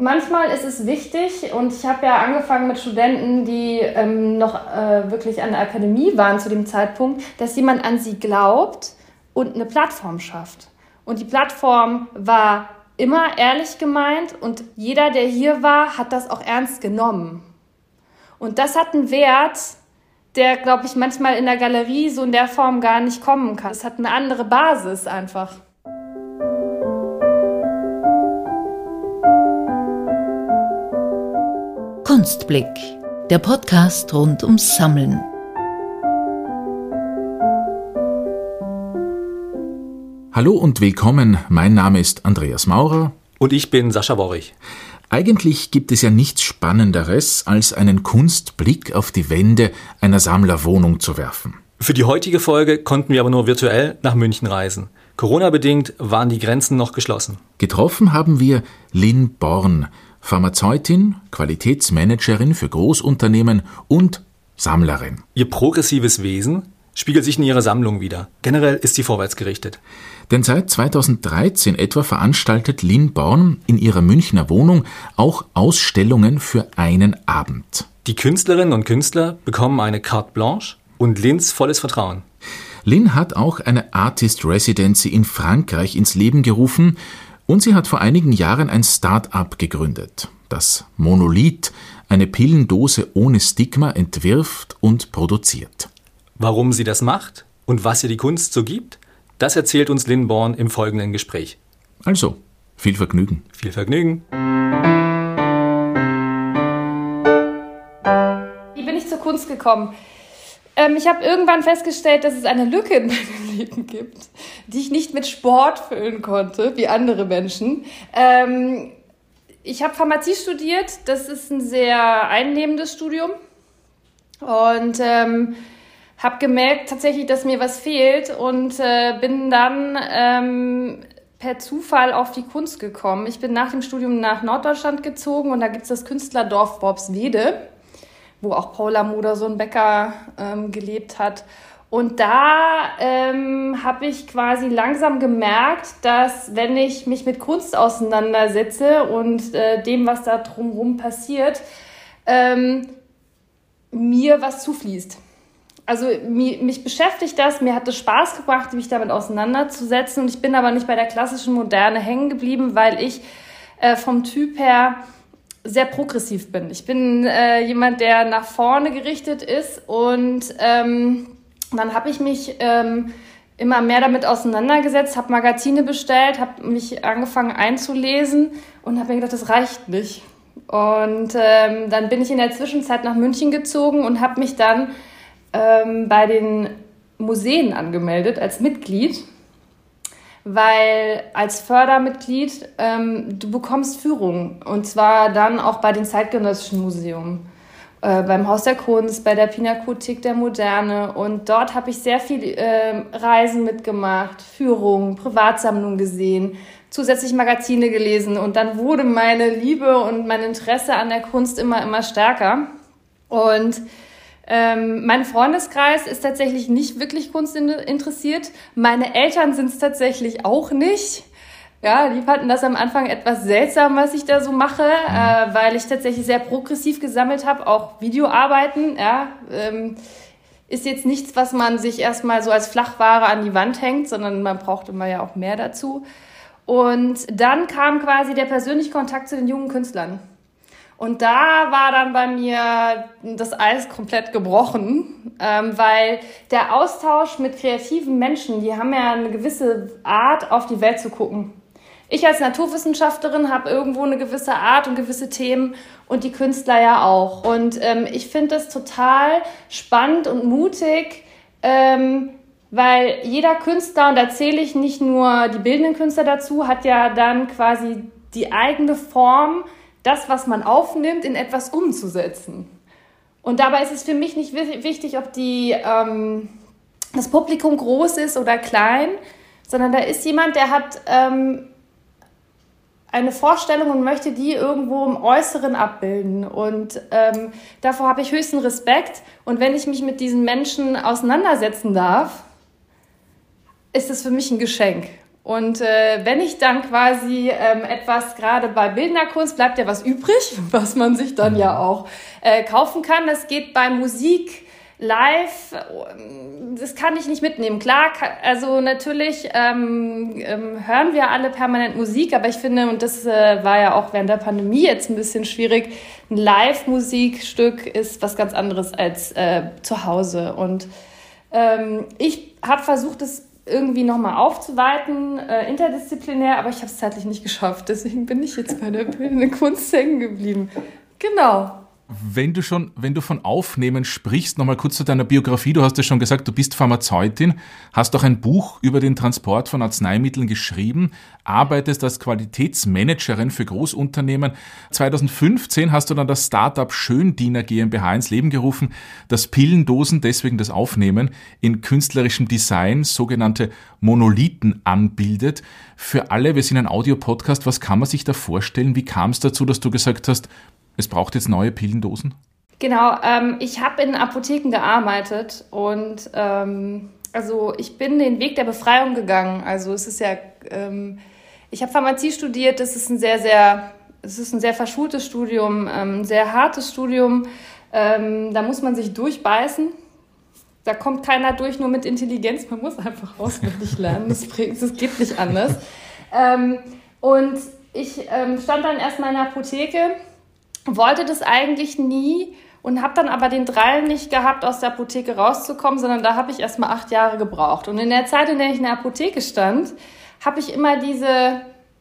Manchmal ist es wichtig, und ich habe ja angefangen mit Studenten, die noch wirklich an der Akademie waren zu dem Zeitpunkt, dass jemand an sie glaubt und eine Plattform schafft. Und die Plattform war immer ehrlich gemeint und jeder, der hier war, hat das auch ernst genommen. Und das hat einen Wert, der, glaube ich, manchmal in der Galerie so in der Form gar nicht kommen kann. Es hat eine andere Basis einfach. Kunstblick, der Podcast rund ums Sammeln. Hallo und willkommen, mein Name ist Andreas Maurer. Und ich bin Sascha Worrich. Eigentlich gibt es ja nichts Spannenderes, als einen Kunstblick auf die Wände einer Sammlerwohnung zu werfen. Für die heutige Folge konnten wir aber nur virtuell nach München reisen. Corona-bedingt waren die Grenzen noch geschlossen. Getroffen haben wir Lynn Born, Pharmazeutin, Qualitätsmanagerin für Großunternehmen und Sammlerin. Ihr progressives Wesen spiegelt sich in ihrer Sammlung wider. Generell ist sie vorwärtsgerichtet. Denn seit 2013 etwa veranstaltet Lynn Born in ihrer Münchner Wohnung auch Ausstellungen für einen Abend. Die Künstlerinnen und Künstler bekommen eine Carte Blanche und Lynns volles Vertrauen. Lynn hat auch eine Artist Residency in Frankreich ins Leben gerufen und sie hat vor einigen Jahren ein Start-up gegründet, das Monolith, eine Pillendose ohne Stigma, entwirft und produziert. Warum sie das macht und was ihr die Kunst so gibt, das erzählt uns Lynn Born im folgenden Gespräch. Also, viel Vergnügen. Viel Vergnügen. Wie bin ich zur Kunst gekommen? Ich habe irgendwann festgestellt, dass es eine Lücke in meinem Leben gibt, die ich nicht mit Sport füllen konnte, wie andere Menschen. Ich habe Pharmazie studiert, das ist ein sehr einnehmendes Studium und habe gemerkt tatsächlich, dass mir was fehlt und bin dann per Zufall auf die Kunst gekommen. Ich bin nach dem Studium nach Norddeutschland gezogen und da gibt es das Künstlerdorf Worpswede, wo auch Paula Modersohn-Becker gelebt hat. Und da habe ich quasi langsam gemerkt, dass wenn ich mich mit Kunst auseinandersetze und dem, was da drumherum passiert, mir was zufließt. Also mich beschäftigt das, mir hat es Spaß gebracht, mich damit auseinanderzusetzen. Und ich bin aber nicht bei der klassischen Moderne hängen geblieben, weil ich vom Typ her sehr progressiv bin. Ich bin jemand, der nach vorne gerichtet ist und dann habe ich mich immer mehr damit auseinandergesetzt, habe Magazine bestellt, habe mich angefangen einzulesen und habe mir gedacht, das reicht nicht. Und dann bin ich in der Zwischenzeit nach München gezogen und habe mich dann bei den Museen angemeldet als Mitglied, weil als Fördermitglied du bekommst Führung und zwar dann auch bei den zeitgenössischen Museen, beim Haus der Kunst, bei der Pinakothek der Moderne und dort habe ich sehr viel Reisen mitgemacht, Führungen, Privatsammlungen gesehen, zusätzlich Magazine gelesen und dann wurde meine Liebe und mein Interesse an der Kunst immer stärker und mein Freundeskreis ist tatsächlich nicht wirklich Kunst interessiert. Meine Eltern sind es tatsächlich auch nicht. Ja, die fanden das am Anfang etwas seltsam, was ich da so mache, weil ich tatsächlich sehr progressiv gesammelt habe, auch Videoarbeiten. Ja, ist jetzt nichts, was man sich erstmal so als Flachware an die Wand hängt, sondern man braucht immer ja auch mehr dazu. Und dann kam quasi der persönliche Kontakt zu den jungen Künstlern. Und da war dann bei mir das Eis komplett gebrochen, weil der Austausch mit kreativen Menschen, die haben ja eine gewisse Art, auf die Welt zu gucken. Ich als Naturwissenschaftlerin habe irgendwo eine gewisse Art und gewisse Themen und die Künstler ja auch. Und ich finde das total spannend und mutig, weil jeder Künstler, und da zähle ich nicht nur die bildenden Künstler dazu, hat ja dann quasi die eigene Form, das, was man aufnimmt, in etwas umzusetzen. Und dabei ist es für mich nicht wichtig, ob das Publikum groß ist oder klein, sondern da ist jemand, der hat eine Vorstellung und möchte die irgendwo im Äußeren abbilden. Und davor habe ich höchsten Respekt. Und wenn ich mich mit diesen Menschen auseinandersetzen darf, ist es für mich ein Geschenk. Und wenn ich dann quasi etwas, gerade bei bildender Kunst, bleibt ja was übrig, was man sich dann ja auch kaufen kann. Das geht bei Musik live, das kann ich nicht mitnehmen. Klar, also natürlich hören wir alle permanent Musik, aber ich finde, und das war ja auch während der Pandemie jetzt ein bisschen schwierig, ein Live-Musikstück ist was ganz anderes als zu Hause. Und ich habe versucht, es irgendwie nochmal aufzuweiten, interdisziplinär, aber ich habe es zeitlich nicht geschafft. Deswegen bin ich jetzt bei der bildenden Kunst hängen geblieben. Genau. Wenn du von Aufnehmen sprichst, nochmal kurz zu deiner Biografie. Du hast ja schon gesagt, du bist Pharmazeutin, hast auch ein Buch über den Transport von Arzneimitteln geschrieben, arbeitest als Qualitätsmanagerin für Großunternehmen. 2015 hast du dann das Startup Schöndiener GmbH ins Leben gerufen, das Pillendosen, deswegen das Aufnehmen, in künstlerischem Design, sogenannte Monolithen anbildet. Für alle, wir sind ein Audiopodcast, was kann man sich da vorstellen? Wie kam es dazu, dass du gesagt hast, es braucht jetzt neue Pillendosen? Genau, ich habe in Apotheken gearbeitet und also ich bin den Weg der Befreiung gegangen. Also es ist ja, ich habe Pharmazie studiert, es ist ein sehr verschultes Studium, ein sehr hartes Studium. Da muss man sich durchbeißen. Da kommt keiner durch, nur mit Intelligenz. Man muss einfach auswendig lernen. Das geht nicht anders. Und ich stand dann erstmal in der Apotheke, wollte das eigentlich nie und habe dann aber den Drall nicht gehabt, aus der Apotheke rauszukommen, sondern da habe ich erstmal 8 Jahre gebraucht. Und in der Zeit, in der ich in der Apotheke stand, habe ich immer diese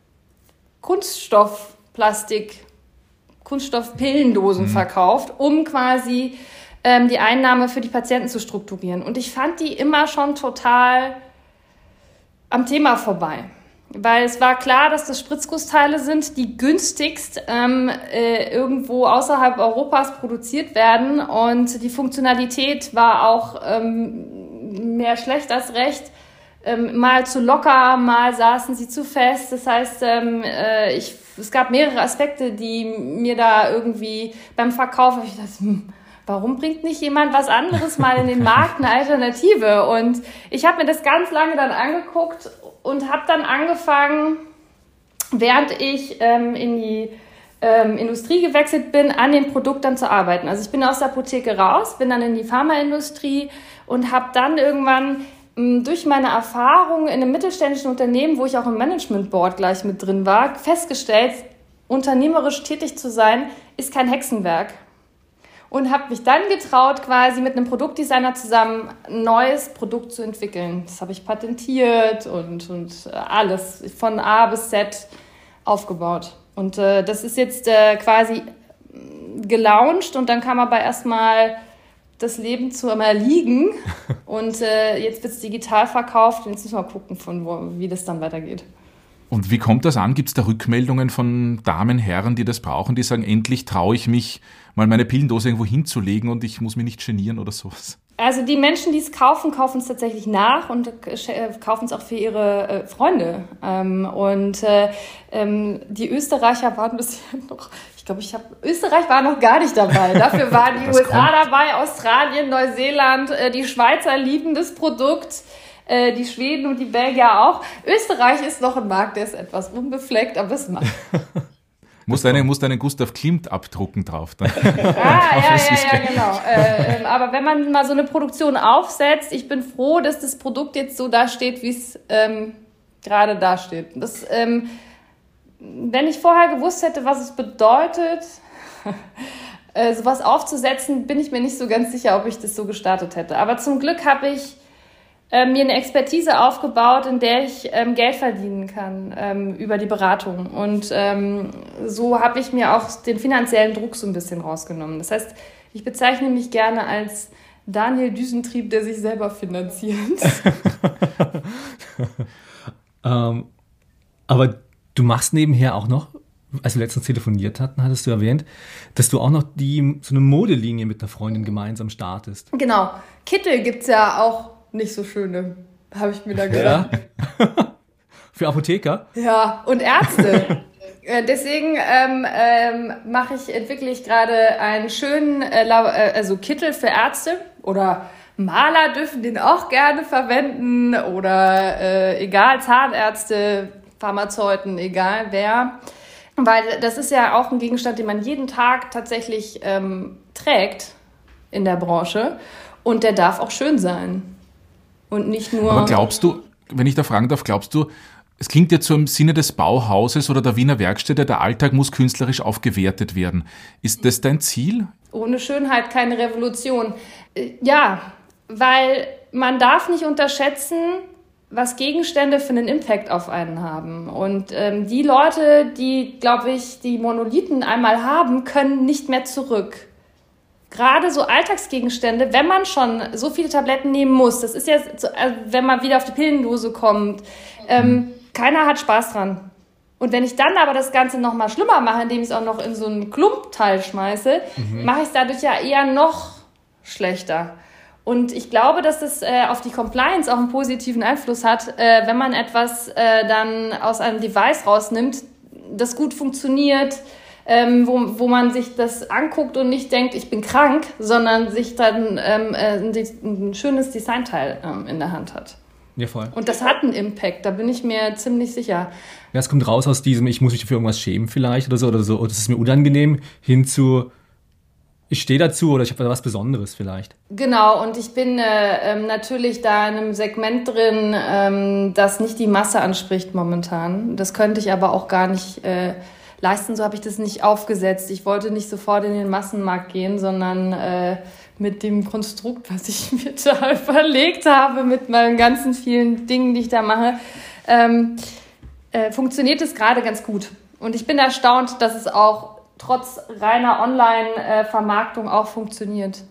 Kunststoffpillendosen verkauft, um quasi die Einnahme für die Patienten zu strukturieren. Und ich fand die immer schon total am Thema vorbei. Weil es war klar, dass das Spritzgussteile sind, die günstigst irgendwo außerhalb Europas produziert werden. Und die Funktionalität war auch mehr schlecht als recht. Mal zu locker, mal saßen sie zu fest. Das heißt, es gab mehrere Aspekte, die mir da irgendwie beim Verkauf, ich dachte, warum bringt nicht jemand was anderes mal in den Markt, eine Alternative? Und ich habe mir das ganz lange dann angeguckt und habe dann angefangen, während ich in die Industrie gewechselt bin, an dem Produkt dann zu arbeiten. Also ich bin aus der Apotheke raus, bin dann in die Pharmaindustrie und habe dann irgendwann durch meine Erfahrung in einem mittelständischen Unternehmen, wo ich auch im Management Board gleich mit drin war, festgestellt, unternehmerisch tätig zu sein, ist kein Hexenwerk. Und habe mich dann getraut, quasi mit einem Produktdesigner zusammen ein neues Produkt zu entwickeln. Das habe ich patentiert und alles von A bis Z aufgebaut. Und das ist jetzt quasi gelauncht und dann kam aber erstmal das Leben zu erliegen. Und jetzt wird es digital verkauft und jetzt müssen wir gucken, wie das dann weitergeht. Und wie kommt das an? Gibt es da Rückmeldungen von Damen, Herren, die das brauchen, die sagen, endlich traue ich mich, mal meine Pillendose irgendwo hinzulegen und ich muss mich nicht genieren oder sowas? Also die Menschen, die es kaufen, kaufen es tatsächlich nach und kaufen es auch für ihre Freunde. Die Österreicher waren bisher noch, Österreich war noch gar nicht dabei. Dafür waren die USA dabei, Australien, Neuseeland, die Schweizer lieben das Produkt. Die Schweden und die Belgier auch. Österreich ist noch ein Markt, der ist etwas unbefleckt, aber es macht. Muss deinen Gustav Klimt abdrucken drauf. Dann. Ja, genau. Aber wenn man mal so eine Produktion aufsetzt, ich bin froh, dass das Produkt jetzt so da steht, wie es gerade da steht. Wenn ich vorher gewusst hätte, was es bedeutet, sowas aufzusetzen, bin ich mir nicht so ganz sicher, ob ich das so gestartet hätte. Aber zum Glück habe ich mir eine Expertise aufgebaut, in der ich Geld verdienen kann über die Beratung. Und so habe ich mir auch den finanziellen Druck so ein bisschen rausgenommen. Das heißt, ich bezeichne mich gerne als Daniel Düsentrieb, der sich selber finanziert. Aber du machst nebenher auch noch, als wir letztens telefoniert hatten, hattest du erwähnt, dass du auch noch so eine Modelinie mit einer Freundin gemeinsam startest. Genau. Kittel gibt's ja auch nicht so schöne, habe ich mir da gedacht. Ja. Für Apotheker? Ja, und Ärzte. Deswegen entwickle ich gerade einen schönen Kittel für Ärzte oder Maler dürfen den auch gerne verwenden oder egal, Zahnärzte, Pharmazeuten, egal wer. Weil das ist ja auch ein Gegenstand, den man jeden Tag tatsächlich trägt in der Branche und der darf auch schön sein und nicht nur... Aber glaubst du, wenn ich da fragen darf, glaubst du, es klingt jetzt so im Sinne des Bauhauses oder der Wiener Werkstätte, der Alltag muss künstlerisch aufgewertet werden. Ist das dein Ziel? Ohne Schönheit keine Revolution. Ja, weil man darf nicht unterschätzen, was Gegenstände für einen Impact auf einen haben. Und die Leute, die, glaube ich, die Monolithen einmal haben, können nicht mehr zurück. Gerade so Alltagsgegenstände, wenn man schon so viele Tabletten nehmen muss, das ist ja, wenn man wieder auf die Pillendose kommt, keiner hat Spaß dran. Und wenn ich dann aber das Ganze noch mal schlimmer mache, indem ich es auch noch in so einen Klumpteil schmeiße, mache ich es dadurch ja eher noch schlechter. Und ich glaube, dass das auf die Compliance auch einen positiven Einfluss hat, wenn man etwas dann aus einem Device rausnimmt, das gut funktioniert, wo man sich das anguckt und nicht denkt, ich bin krank, sondern sich dann ein schönes Designteil in der Hand hat. Ja, voll. Und das hat einen Impact, da bin ich mir ziemlich sicher. Ja, es kommt raus aus diesem, ich muss mich für irgendwas schämen vielleicht oder so, oder das ist mir unangenehm, hin zu, ich stehe dazu oder ich habe da was Besonderes vielleicht. Genau, und ich bin natürlich da in einem Segment drin, das nicht die Masse anspricht momentan. Das könnte ich aber auch gar nicht leisten, so habe ich das nicht aufgesetzt. Ich wollte nicht sofort in den Massenmarkt gehen, sondern mit dem Konstrukt, was ich mir da überlegt habe, mit meinen ganzen vielen Dingen, die ich da mache, funktioniert es gerade ganz gut. Und ich bin erstaunt, dass es auch trotz reiner Online-Vermarktung auch funktioniert.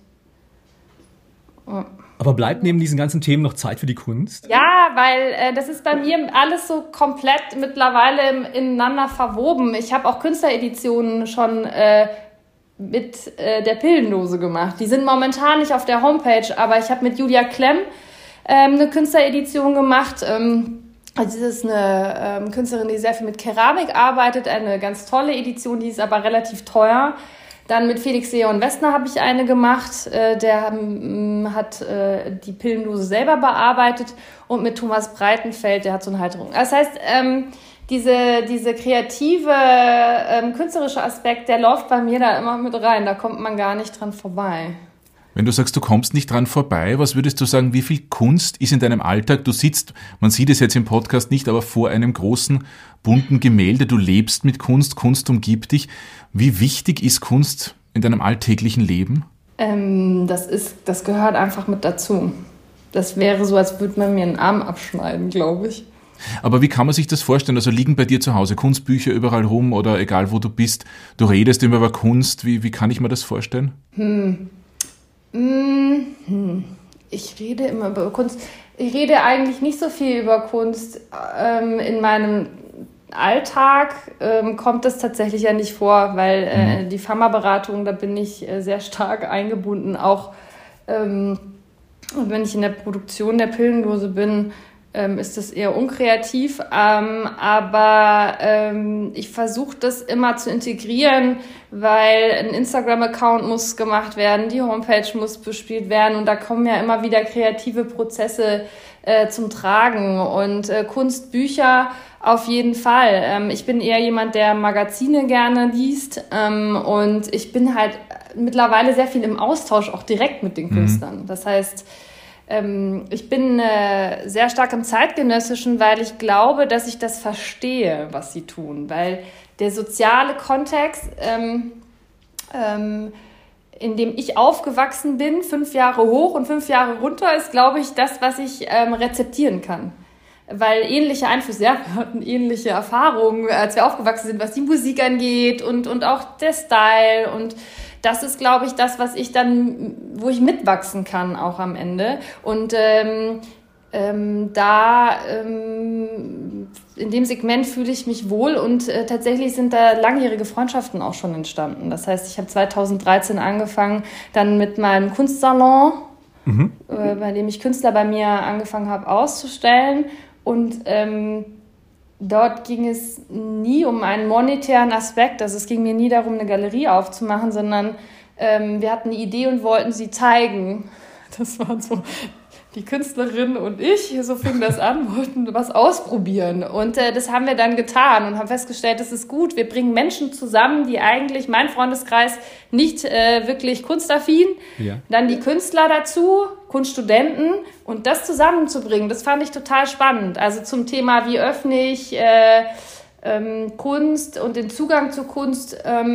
Aber bleibt neben diesen ganzen Themen noch Zeit für die Kunst? Ja, weil das ist bei mir alles so komplett mittlerweile ineinander verwoben. Ich habe auch Künstlereditionen schon mit der Pillendose gemacht. Die sind momentan nicht auf der Homepage, aber ich habe mit Julia Klemm eine Künstleredition gemacht. Das ist eine Künstlerin, die sehr viel mit Keramik arbeitet, eine ganz tolle Edition, die ist aber relativ teuer. Dann mit Felix Leon Westner habe ich eine gemacht, der hat die Pillendose selber bearbeitet, und mit Thomas Breitenfeld, der hat so eine Halterung. Das heißt, diese kreative, künstlerische Aspekt, der läuft bei mir da immer mit rein, da kommt man gar nicht dran vorbei. Wenn du sagst, du kommst nicht dran vorbei, was würdest du sagen, wie viel Kunst ist in deinem Alltag? Du sitzt, man sieht es jetzt im Podcast nicht, aber vor einem großen, bunten Gemälde. Du lebst mit Kunst, Kunst umgibt dich. Wie wichtig ist Kunst in deinem alltäglichen Leben? Das gehört einfach mit dazu. Das wäre so, als würde man mir einen Arm abschneiden, glaube ich. Aber wie kann man sich das vorstellen? Also liegen bei dir zu Hause Kunstbücher überall rum oder egal wo du bist, du redest immer über Kunst. Wie kann ich mir das vorstellen? Ich rede immer über Kunst. Ich rede eigentlich nicht so viel über Kunst. In meinem Alltag kommt das tatsächlich ja nicht vor, weil die Pharmaberatung, da bin ich sehr stark eingebunden. Auch wenn ich in der Produktion der Pillendose bin, ist das eher unkreativ. Aber ich versuche das immer zu integrieren, weil ein Instagram-Account muss gemacht werden, die Homepage muss bespielt werden, und da kommen ja immer wieder kreative Prozesse zum Tragen, und Kunstbücher auf jeden Fall. Ich bin eher jemand, der Magazine gerne liest, und ich bin halt mittlerweile sehr viel im Austausch auch direkt mit den Künstlern. Das heißt, ich bin sehr stark im Zeitgenössischen, weil ich glaube, dass ich das verstehe, was sie tun. Weil der soziale Kontext, in dem ich aufgewachsen bin, 5 Jahre hoch und 5 Jahre runter, ist, glaube ich, das, was ich rezeptieren kann. Weil ähnliche Einflüsse, ja, wir hatten ähnliche Erfahrungen, als wir aufgewachsen sind, was die Musik angeht und auch der Style, und das ist, glaube ich, das, was ich dann, wo ich mitwachsen kann, auch am Ende. Und in dem Segment fühle ich mich wohl, und tatsächlich sind da langjährige Freundschaften auch schon entstanden. Das heißt, ich habe 2013 angefangen, dann mit meinem Kunstsalon, bei dem ich Künstler bei mir angefangen habe auszustellen. Und dort ging es nie um einen monetären Aspekt. Also es ging mir nie darum, eine Galerie aufzumachen, sondern wir hatten eine Idee und wollten sie zeigen. Das waren so die Künstlerin und ich, so fing das an, wollten was ausprobieren. Und das haben wir dann getan und haben festgestellt, das ist gut. Wir bringen Menschen zusammen, die eigentlich, mein Freundeskreis, nicht wirklich kunstaffin. Ja. Dann die Künstler dazu, Kunststudenten. Und das zusammenzubringen, das fand ich total spannend. Also zum Thema, wie öffne ich Kunst und den Zugang zu Kunst,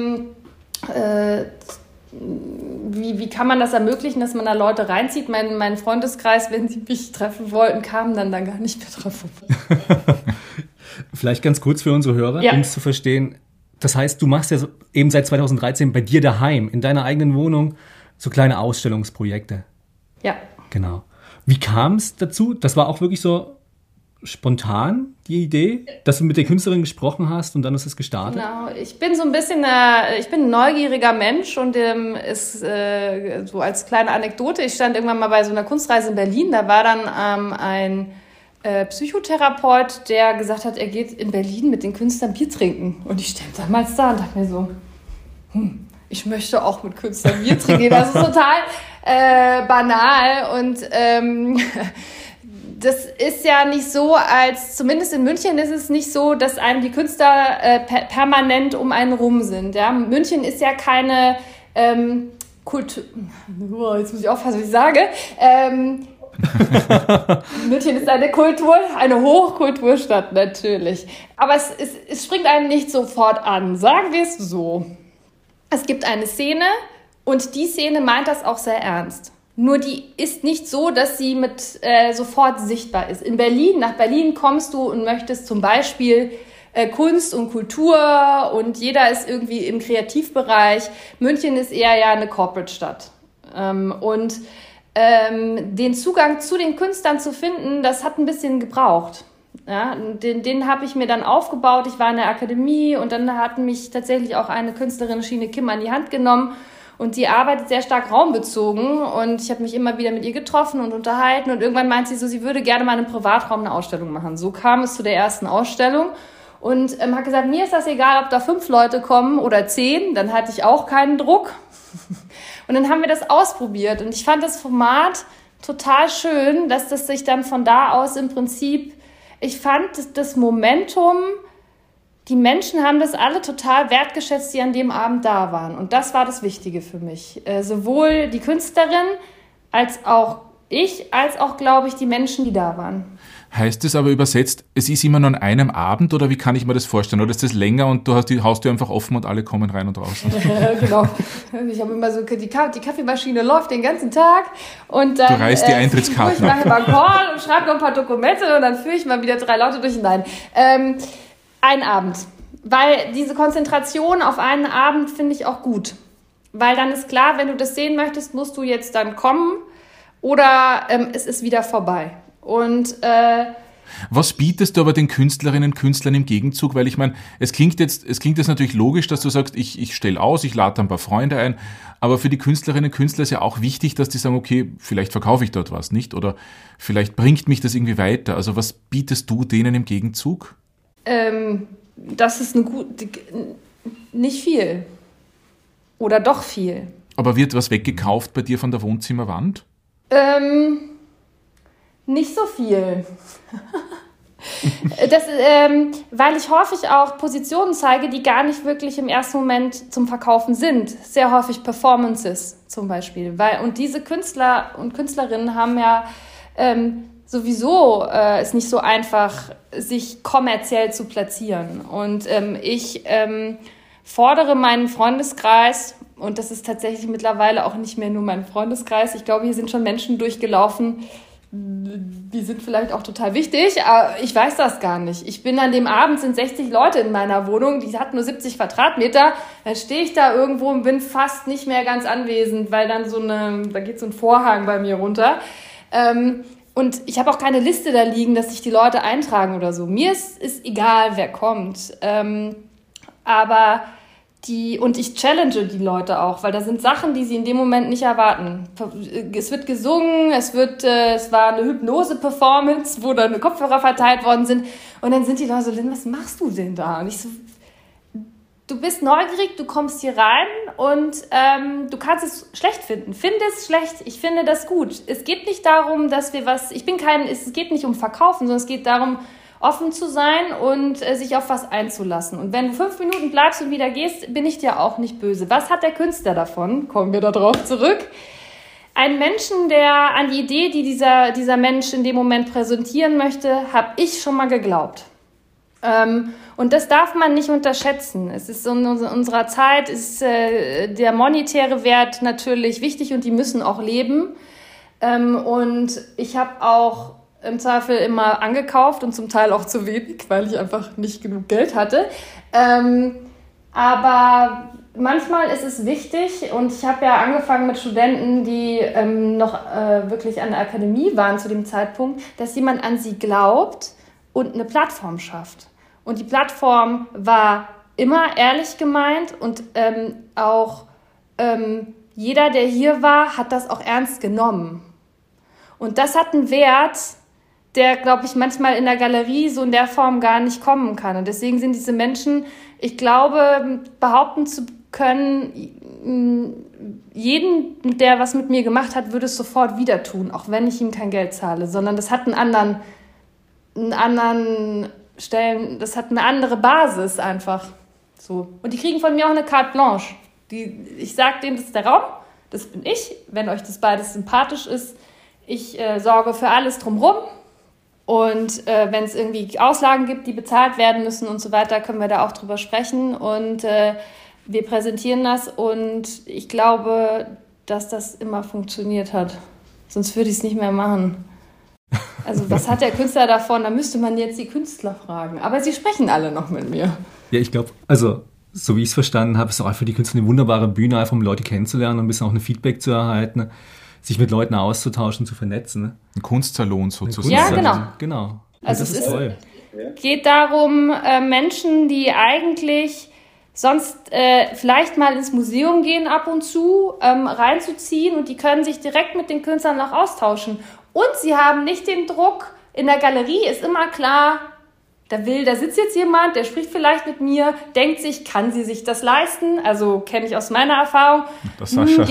wie kann man das ermöglichen, dass man da Leute reinzieht? Mein Freundeskreis, wenn sie mich treffen wollten, kamen dann gar nicht mehr drauf. Vielleicht ganz kurz für unsere Hörer, um es zu verstehen. Das heißt, du machst ja eben seit 2013 bei dir daheim, in deiner eigenen Wohnung, so kleine Ausstellungsprojekte. Ja. Genau. Wie kam es dazu? Das war auch wirklich so spontan, die Idee, dass du mit der Künstlerin gesprochen hast und dann ist es gestartet? Genau, ich bin so ein bisschen, ich bin ein neugieriger Mensch und ist so als kleine Anekdote, ich stand irgendwann mal bei so einer Kunstreise in Berlin, da war dann ein Psychotherapeut, der gesagt hat, er geht in Berlin mit den Künstlern Bier trinken. Und ich stand damals da und dachte mir so, ich möchte auch mit Künstlern Bier trinken. Das ist total banal und das ist ja nicht so, zumindest in München ist es nicht so, dass einem die Künstler permanent um einen rum sind. Ja? München ist ja keine Kultur... Jetzt muss ich aufpassen, was ich sage. München ist eine Hochkulturstadt natürlich. Aber es springt einem nicht sofort an, sagen wir es so. Es gibt eine Szene und die Szene meint das auch sehr ernst. Nur die ist nicht so, dass sie sofort sichtbar ist. Nach Berlin kommst du und möchtest zum Beispiel Kunst und Kultur und jeder ist irgendwie im Kreativbereich. München ist eher ja eine Corporate-Stadt. Den Zugang zu den Künstlern zu finden, das hat ein bisschen gebraucht. Ja, den habe ich mir dann aufgebaut. Ich war in der Akademie und dann hat mich tatsächlich auch eine Künstlerin, Schiene Kim, an die Hand genommen. Und die arbeitet sehr stark raumbezogen und ich habe mich immer wieder mit ihr getroffen und unterhalten und irgendwann meint sie so, sie würde gerne mal im Privatraum eine Ausstellung machen. So kam es zu der ersten Ausstellung und hat gesagt, mir ist das egal, ob da 5 Leute kommen oder 10, dann hatte ich auch keinen Druck. Und dann haben wir das ausprobiert und ich fand das Format total schön, dass das sich dann von da aus im Prinzip, ich fand das Momentum, die Menschen haben das alle total wertgeschätzt, die an dem Abend da waren. Und das war das Wichtige für mich. Sowohl die Künstlerin als auch ich, als auch, glaube ich, die Menschen, die da waren. Heißt es aber übersetzt, es ist immer nur an einem Abend oder wie kann ich mir das vorstellen? Oder ist das länger und du hast die Haustür einfach offen und alle kommen rein und raus? Genau. Ich habe immer so, die Kaffeemaschine läuft den ganzen Tag und dann... Du reißt die Eintrittskarten ab. Ich mache mal Call und schreibe noch ein paar Dokumente und dann führe ich mal wieder 3 Leute durch. Nein. Ein Abend. Weil diese Konzentration auf einen Abend finde ich auch gut. Weil dann ist klar, wenn du das sehen möchtest, musst du jetzt dann kommen oder es ist wieder vorbei. Und was bietest du aber den Künstlerinnen und Künstlern im Gegenzug? Weil ich meine, es klingt jetzt natürlich logisch, dass du sagst, ich stelle aus, ich lade ein paar Freunde ein, aber für die Künstlerinnen und Künstler ist ja auch wichtig, dass die sagen, okay, vielleicht verkaufe ich dort was, nicht? Oder vielleicht bringt mich das irgendwie weiter. Also was bietest du denen im Gegenzug? Das ist nicht viel. Oder doch viel. Aber wird was weggekauft bei dir von der Wohnzimmerwand? Nicht so viel. Weil ich häufig auch Positionen zeige, die gar nicht wirklich im ersten Moment zum Verkaufen sind. Sehr häufig Performances zum Beispiel. Und diese Künstler und Künstlerinnen haben ja sowieso ist nicht so einfach, sich kommerziell zu platzieren. Und ich fordere meinen Freundeskreis, und das ist tatsächlich mittlerweile auch nicht mehr nur mein Freundeskreis, ich glaube, hier sind schon Menschen durchgelaufen, die sind vielleicht auch total wichtig, aber ich weiß das gar nicht. Ich bin an dem Abend, sind 60 Leute in meiner Wohnung, die hat nur 70 Quadratmeter, dann stehe ich da irgendwo und bin fast nicht mehr ganz anwesend, weil dann da geht so ein Vorhang bei mir runter. Und ich habe auch keine Liste da liegen, dass sich die Leute eintragen oder so. Mir ist egal, wer kommt. Aber und ich challenge die Leute auch, weil da sind Sachen, die sie in dem Moment nicht erwarten. Es wird gesungen, es war eine Hypnose-Performance, wo dann Kopfhörer verteilt worden sind. Und dann sind die Leute so, Lynn, was machst du denn da? Und ich so, du bist neugierig, du kommst hier rein und du kannst es schlecht finden. Finde es schlecht, ich finde das gut. Es geht nicht darum, dass wir es geht nicht um Verkaufen, sondern es geht darum, offen zu sein und sich auf was einzulassen. Und wenn du 5 Minuten bleibst und wieder gehst, bin ich dir auch nicht böse. Was hat der Künstler davon? Kommen wir da drauf zurück. Ein Menschen, der an die Idee, die dieser Mensch in dem Moment präsentieren möchte, habe ich schon mal geglaubt. Und das darf man nicht unterschätzen. Es ist in unserer Zeit ist der monetäre Wert natürlich wichtig und die müssen auch leben. Und ich habe auch im Zweifel immer angekauft und zum Teil auch zu wenig, weil ich einfach nicht genug Geld hatte. Aber manchmal ist es wichtig und ich habe ja angefangen mit Studenten, die noch wirklich an der Akademie waren zu dem Zeitpunkt, dass jemand an sie glaubt und eine Plattform schafft. Und die Plattform war immer ehrlich gemeint und auch jeder, der hier war, hat das auch ernst genommen. Und das hat einen Wert, der, glaube ich, manchmal in der Galerie so in der Form gar nicht kommen kann. Und deswegen sind diese Menschen, ich glaube, behaupten zu können, jeden, der was mit mir gemacht hat, würde es sofort wieder tun, auch wenn ich ihm kein Geld zahle, sondern das hat einen anderen Stellen, das hat eine andere Basis einfach. So. Und die kriegen von mir auch eine Carte Blanche. Ich sage denen, das ist der Raum, das bin ich, wenn euch das beides sympathisch ist. Ich sorge für alles drumherum. Und wenn es irgendwie Auslagen gibt, die bezahlt werden müssen und so weiter, können wir da auch drüber sprechen. Und wir präsentieren das. Und ich glaube, dass das immer funktioniert hat. Sonst würde ich es nicht mehr machen. Also was hat der Künstler davon? Da müsste man jetzt die Künstler fragen. Aber sie sprechen alle noch mit mir. Ja, ich glaube, also so wie ich es verstanden habe, ist auch für die Künstler eine wunderbare Bühne, einfach um Leute kennenzulernen und ein bisschen auch ein Feedback zu erhalten, sich mit Leuten auszutauschen, zu vernetzen. Ein Kunstsalon sozusagen. Ja, genau. Also das ist toll. Geht darum, Menschen, die eigentlich sonst vielleicht mal ins Museum gehen ab und zu, reinzuziehen und die können sich direkt mit den Künstlern auch austauschen. Und sie haben nicht den Druck, in der Galerie ist immer klar, da sitzt jetzt jemand, der spricht vielleicht mit mir, denkt sich, kann sie sich das leisten? Also kenne ich aus meiner Erfahrung. Das Sascha.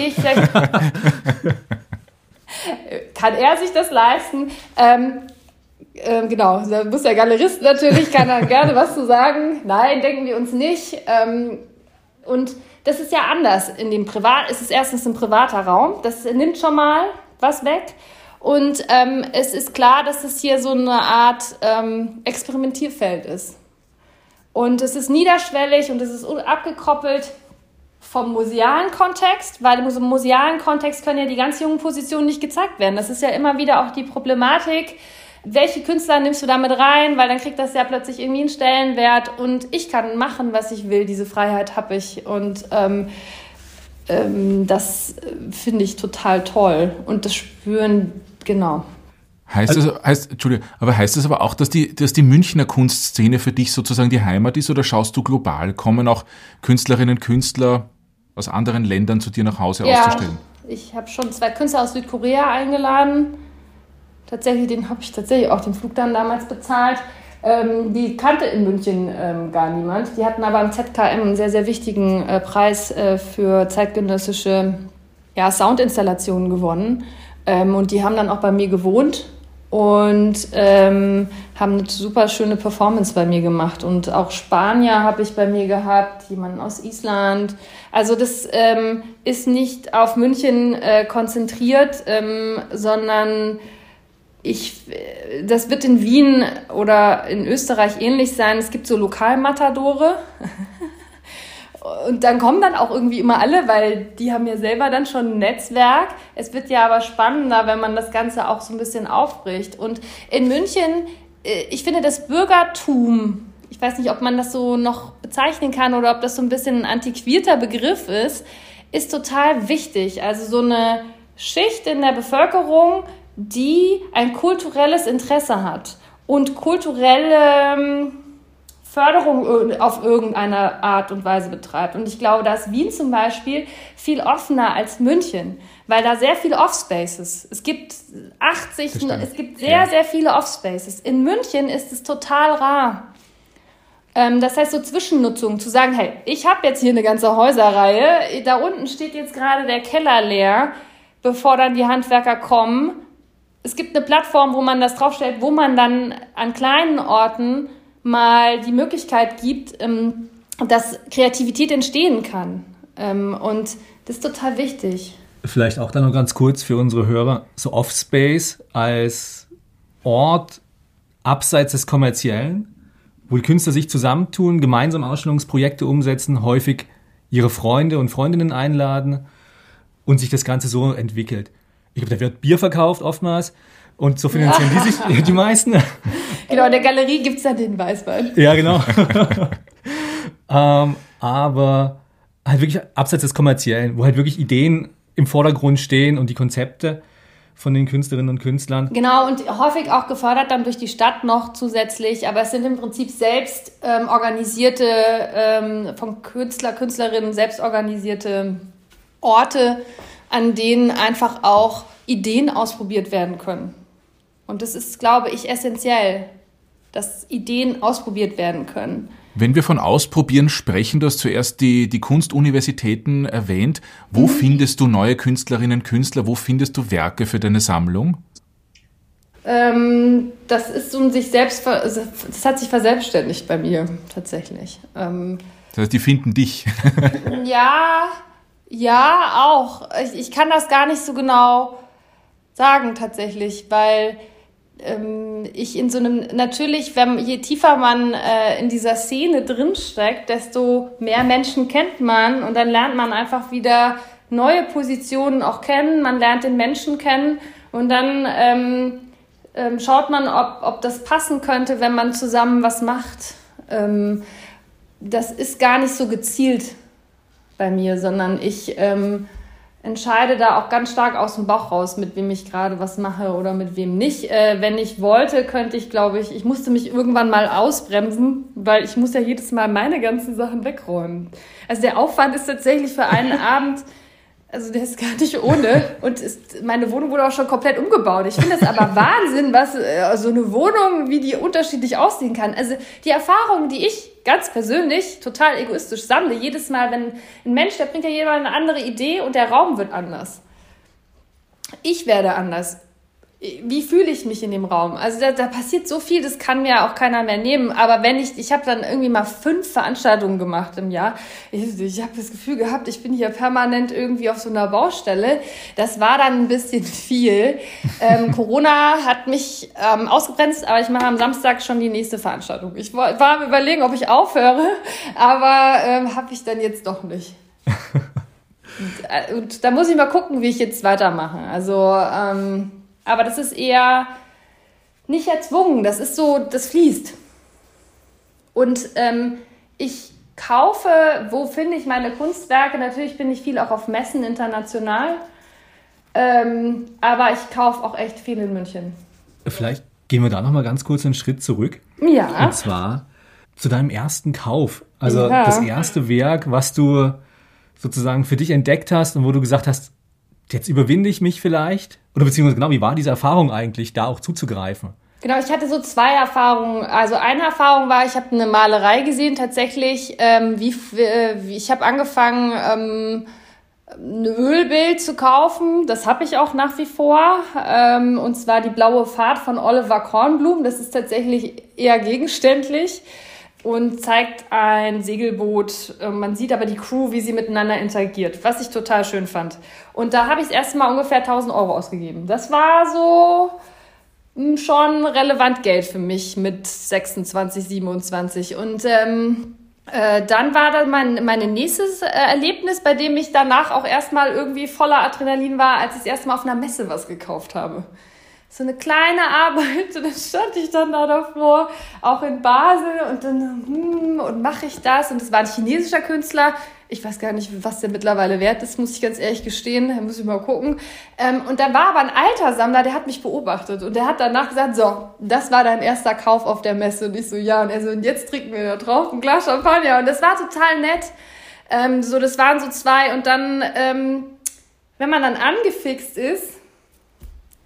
Kann er sich das leisten? Genau, da muss der Galerist natürlich, kann er gerne was zu sagen. Nein, denken wir uns nicht. Und das ist ja anders. Es ist erstens ein privater Raum, das nimmt schon mal was weg. Und es ist klar, dass es hier so eine Art Experimentierfeld ist. Und es ist niederschwellig und es ist abgekoppelt vom musealen Kontext, weil im musealen Kontext können ja die ganz jungen Positionen nicht gezeigt werden. Das ist ja immer wieder auch die Problematik, welche Künstler nimmst du damit rein, weil dann kriegt das ja plötzlich irgendwie einen Stellenwert und ich kann machen, was ich will, diese Freiheit habe ich und das finde ich total toll und das spüren, genau. Heißt das aber auch, dass die Münchner Kunstszene für dich sozusagen die Heimat ist oder schaust du global? Kommen auch Künstlerinnen und Künstler aus anderen Ländern zu dir nach Hause auszustellen? Ich habe schon 2 Künstler aus Südkorea eingeladen. Den habe ich auch den Flug dann damals bezahlt. Die kannte in München gar niemand. Die hatten aber im ZKM einen sehr, sehr wichtigen Preis für zeitgenössische Soundinstallationen gewonnen. Und die haben dann auch bei mir gewohnt und haben eine super schöne Performance bei mir gemacht. Und auch Spanier habe ich bei mir gehabt, jemanden aus Island. Also das ist nicht auf München konzentriert, sondern das wird in Wien oder in Österreich ähnlich sein. Es gibt so Lokalmatadore. Und dann kommen dann auch irgendwie immer alle, weil die haben ja selber dann schon ein Netzwerk. Es wird ja aber spannender, wenn man das Ganze auch so ein bisschen aufbricht. Und in München, ich finde das Bürgertum, ich weiß nicht, ob man das so noch bezeichnen kann oder ob das so ein bisschen ein antiquierter Begriff ist total wichtig. Also so eine Schicht in der Bevölkerung, die ein kulturelles Interesse hat und kulturelle Förderung auf irgendeine Art und Weise betreibt. Und ich glaube, da ist Wien zum Beispiel viel offener als München, weil da sehr viele Offspaces. Es gibt sehr, sehr viele Offspaces. In München ist es total rar. Das heißt, so Zwischennutzung, zu sagen, hey, ich habe jetzt hier eine ganze Häuserreihe, da unten steht jetzt gerade der Keller leer, bevor dann die Handwerker kommen. Es gibt eine Plattform, wo man das draufstellt, wo man dann an kleinen Orten mal die Möglichkeit gibt, dass Kreativität entstehen kann. Und das ist total wichtig. Vielleicht auch dann noch ganz kurz für unsere Hörer, so Offspace als Ort abseits des Kommerziellen, wo die Künstler sich zusammentun, gemeinsam Ausstellungsprojekte umsetzen, häufig ihre Freunde und Freundinnen einladen und sich das Ganze so entwickelt. Ich glaube, da wird Bier verkauft oftmals und so finanzieren die sich, die meisten. Genau, in der Galerie gibt es dann den Weißwein. Ja, genau. Aber halt wirklich abseits des Kommerziellen, wo halt wirklich Ideen im Vordergrund stehen und die Konzepte von den Künstlerinnen und Künstlern. Genau, und häufig auch gefördert dann durch die Stadt noch zusätzlich, aber es sind im Prinzip selbst organisierte, von Künstlerinnen selbst organisierte Orte, an denen einfach auch Ideen ausprobiert werden können. Und das ist, glaube ich, essentiell, dass Ideen ausprobiert werden können. Wenn wir von Ausprobieren sprechen, du hast zuerst die Kunstuniversitäten erwähnt. Wo findest du neue Künstlerinnen und Künstler? Wo findest du Werke für deine Sammlung? Das ist das hat sich verselbstständigt bei mir tatsächlich. Das heißt, die finden dich. Ja, auch. Ich kann das gar nicht so genau sagen tatsächlich, weil ich in so einem, natürlich, je tiefer man in dieser Szene drinsteckt, desto mehr Menschen kennt man und dann lernt man einfach wieder neue Positionen auch kennen, man lernt den Menschen kennen und dann schaut man, ob das passen könnte, wenn man zusammen was macht. Das ist gar nicht so gezielt bei mir, sondern ich entscheide da auch ganz stark aus dem Bauch raus, mit wem ich gerade was mache oder mit wem nicht. Wenn ich wollte, könnte ich, glaube ich, musste mich irgendwann mal ausbremsen, weil ich muss ja jedes Mal meine ganzen Sachen wegräumen. Also der Aufwand ist tatsächlich für einen Abend, also der ist gar nicht ohne und meine Wohnung wurde auch schon komplett umgebaut. Ich finde das aber Wahnsinn, was so eine Wohnung, wie die unterschiedlich aussehen kann. Also die Erfahrungen, die ich ganz persönlich total egoistisch sammle, jedes Mal, wenn ein Mensch, der bringt ja jemand eine andere Idee und der Raum wird anders. Ich werde anders. Wie fühle ich mich in dem Raum? Also da passiert so viel, das kann mir auch keiner mehr nehmen. Aber ich habe dann irgendwie mal 5 Veranstaltungen gemacht im Jahr. Ich habe das Gefühl gehabt, ich bin hier permanent irgendwie auf so einer Baustelle. Das war dann ein bisschen viel. Corona hat mich ausgebremst, aber ich mache am Samstag schon die nächste Veranstaltung. Ich war am Überlegen, ob ich aufhöre, aber habe ich dann jetzt doch nicht. Und da muss ich mal gucken, wie ich jetzt weitermache. Also aber das ist eher nicht erzwungen, das ist so, das fließt. Und ich kaufe, wo finde ich meine Kunstwerke? Natürlich bin ich viel auch auf Messen international, aber ich kaufe auch echt viel in München. Vielleicht gehen wir da noch mal ganz kurz einen Schritt zurück. Ja. Und zwar zu deinem ersten Kauf. Also das erste Werk, was du sozusagen für dich entdeckt hast und wo du gesagt hast, jetzt überwinde ich mich vielleicht? Oder beziehungsweise genau, wie war diese Erfahrung eigentlich, da auch zuzugreifen? Genau, ich hatte so 2 Erfahrungen. Also eine Erfahrung war, ich habe eine Malerei gesehen tatsächlich. Ich habe angefangen, ein Ölbild zu kaufen. Das habe ich auch nach wie vor. Und zwar die Blaue Fahrt von Oliver Kornblum. Das ist tatsächlich eher gegenständlich und zeigt ein Segelboot. Man sieht aber die Crew, wie sie miteinander interagiert, was ich total schön fand. Und da habe ich das erste Mal ungefähr 1.000 € ausgegeben. Das war so schon relevant Geld für mich mit 26, 27. Und dann war dann mein nächstes Erlebnis, bei dem ich danach auch erstmal irgendwie voller Adrenalin war, als ich das erste Mal auf einer Messe was gekauft habe. So eine kleine Arbeit und dann stand ich dann da davor, auch in Basel und dann, und mache ich das? Und das war ein chinesischer Künstler. Ich weiß gar nicht, was der mittlerweile wert ist, muss ich ganz ehrlich gestehen. Da muss ich mal gucken. Und dann war aber ein alter Sammler, der hat mich beobachtet und der hat danach gesagt, so, das war dein erster Kauf auf der Messe. Und ich so, ja. Und er so, und jetzt trinken wir da drauf ein Glas Champagner. Und das war total nett. Das waren so 2. Und dann, wenn man dann angefixt ist,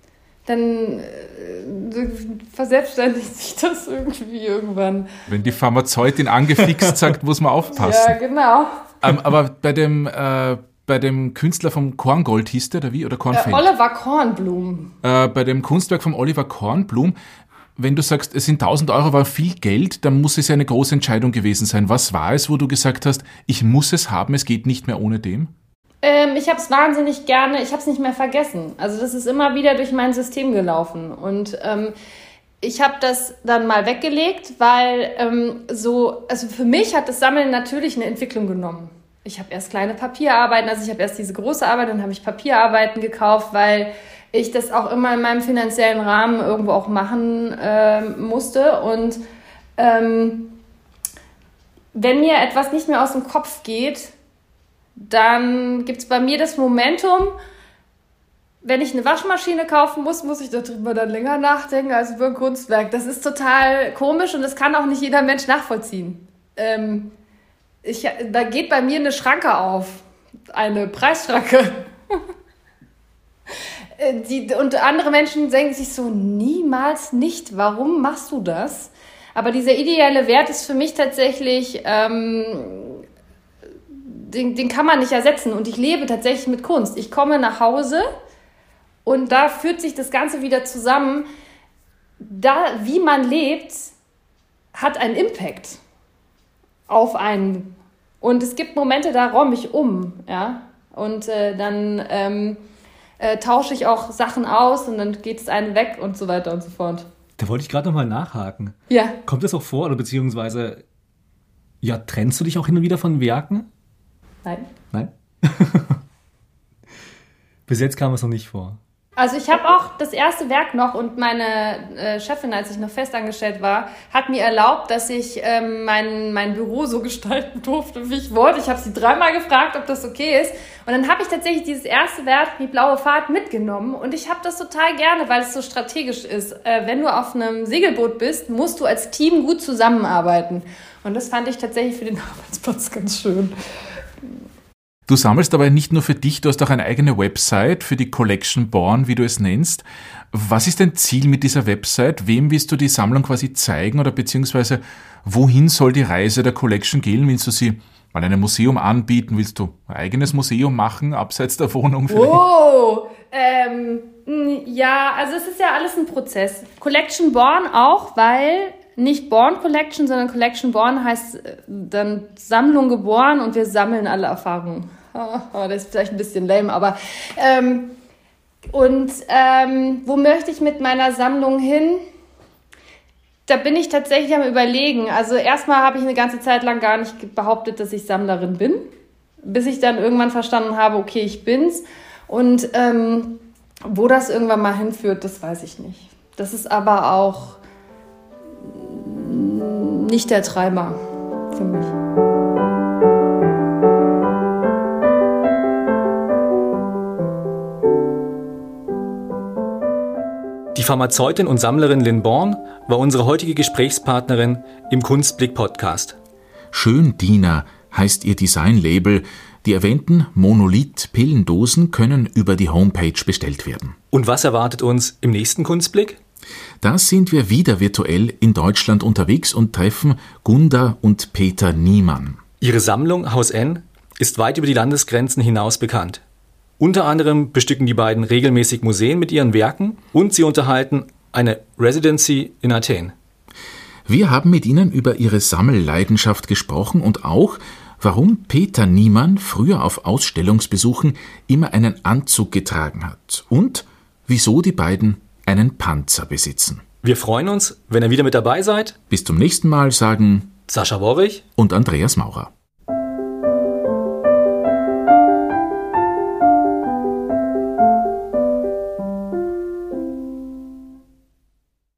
dann verselbstständigt sich das irgendwie irgendwann. Wenn die Pharmazeutin angefixt sagt, muss man aufpassen. Ja, genau. Aber bei dem Künstler vom Korngold hieß der, oder wie? Oder Kornfeld? Oliver Kornblum. Bei dem Kunstwerk von Oliver Kornblum, wenn du sagst, es sind 1.000 Euro, war viel Geld, dann muss es ja eine große Entscheidung gewesen sein. Was war es, wo du gesagt hast, ich muss es haben, es geht nicht mehr ohne dem? Ich habe es wahnsinnig gerne, ich habe es nicht mehr vergessen. Also das ist immer wieder durch mein System gelaufen. Und ich habe das dann mal weggelegt, weil also für mich hat das Sammeln natürlich eine Entwicklung genommen. Ich habe erst kleine Papierarbeiten, also ich habe erst diese große Arbeit, dann habe ich Papierarbeiten gekauft, weil ich das auch immer in meinem finanziellen Rahmen irgendwo auch machen musste. Und wenn mir etwas nicht mehr aus dem Kopf geht, dann gibt es bei mir das Momentum, wenn ich eine Waschmaschine kaufen muss ich darüber dann länger nachdenken als über ein Kunstwerk. Das ist total komisch und das kann auch nicht jeder Mensch nachvollziehen. Da geht bei mir eine Schranke auf, eine Preisschranke. Und andere Menschen denken sich so, niemals nicht, warum machst du das? Aber dieser ideelle Wert ist für mich tatsächlich, den kann man nicht ersetzen. Und ich lebe tatsächlich mit Kunst. Ich komme nach Hause und da führt sich das Ganze wieder zusammen. Wie man lebt, hat einen Impact auf einen. Und es gibt Momente, da räume ich um. Ja? Und dann tausche ich auch Sachen aus und dann geht es einen weg und so weiter und so fort. Da wollte ich gerade nochmal nachhaken. Ja. Kommt das auch vor oder beziehungsweise trennst du dich auch hin und wieder von Werken? Nein? Bis jetzt kam es noch nicht vor. Also ich habe auch das erste Werk noch und meine Chefin, als ich noch festangestellt war, hat mir erlaubt, dass ich mein Büro so gestalten durfte, wie ich wollte. Ich habe sie 3-mal gefragt, ob das okay ist. Und dann habe ich tatsächlich dieses erste Werk, die blaue Fahrt, mitgenommen. Und ich habe das total gerne, weil es so strategisch ist. Wenn du auf einem Segelboot bist, musst du als Team gut zusammenarbeiten. Und das fand ich tatsächlich für den Arbeitsplatz ganz schön. Du sammelst aber nicht nur für dich, du hast auch eine eigene Website für die Collection Born, wie du es nennst. Was ist dein Ziel mit dieser Website? Wem willst du die Sammlung quasi zeigen oder beziehungsweise wohin soll die Reise der Collection gehen? Willst du sie mal einem Museum anbieten? Willst du ein eigenes Museum machen, abseits der Wohnung vielleicht? Oh, ja, also es ist ja alles ein Prozess. Collection Born auch, weil nicht Born Collection, sondern Collection Born heißt dann Sammlung geboren und wir sammeln alle Erfahrungen. Das ist vielleicht ein bisschen lame, aber wo möchte ich mit meiner Sammlung hin? Da bin ich tatsächlich am Überlegen. Also erstmal habe ich eine ganze Zeit lang gar nicht behauptet, dass ich Sammlerin bin, bis ich dann irgendwann verstanden habe, okay, ich bin's. Und wo das irgendwann mal hinführt, das weiß ich nicht. Das ist aber auch nicht der Treiber für mich. Die Pharmazeutin und Sammlerin Lynn Born war unsere heutige Gesprächspartnerin im Kunstblick-Podcast. Schöndiener heißt ihr Designlabel. Die erwähnten Monolith-Pillendosen können über die Homepage bestellt werden. Und was erwartet uns im nächsten Kunstblick? Da sind wir wieder virtuell in Deutschland unterwegs und treffen Gunda und Peter Niemann. Ihre Sammlung Haus N ist weit über die Landesgrenzen hinaus bekannt. Unter anderem bestücken die beiden regelmäßig Museen mit ihren Werken und sie unterhalten eine Residency in Athen. Wir haben mit ihnen über ihre Sammelleidenschaft gesprochen und auch, warum Peter Niemann früher auf Ausstellungsbesuchen immer einen Anzug getragen hat und wieso die beiden einen Panzer besitzen. Wir freuen uns, wenn ihr wieder mit dabei seid. Bis zum nächsten Mal sagen Sascha Worrich und Andreas Maurer.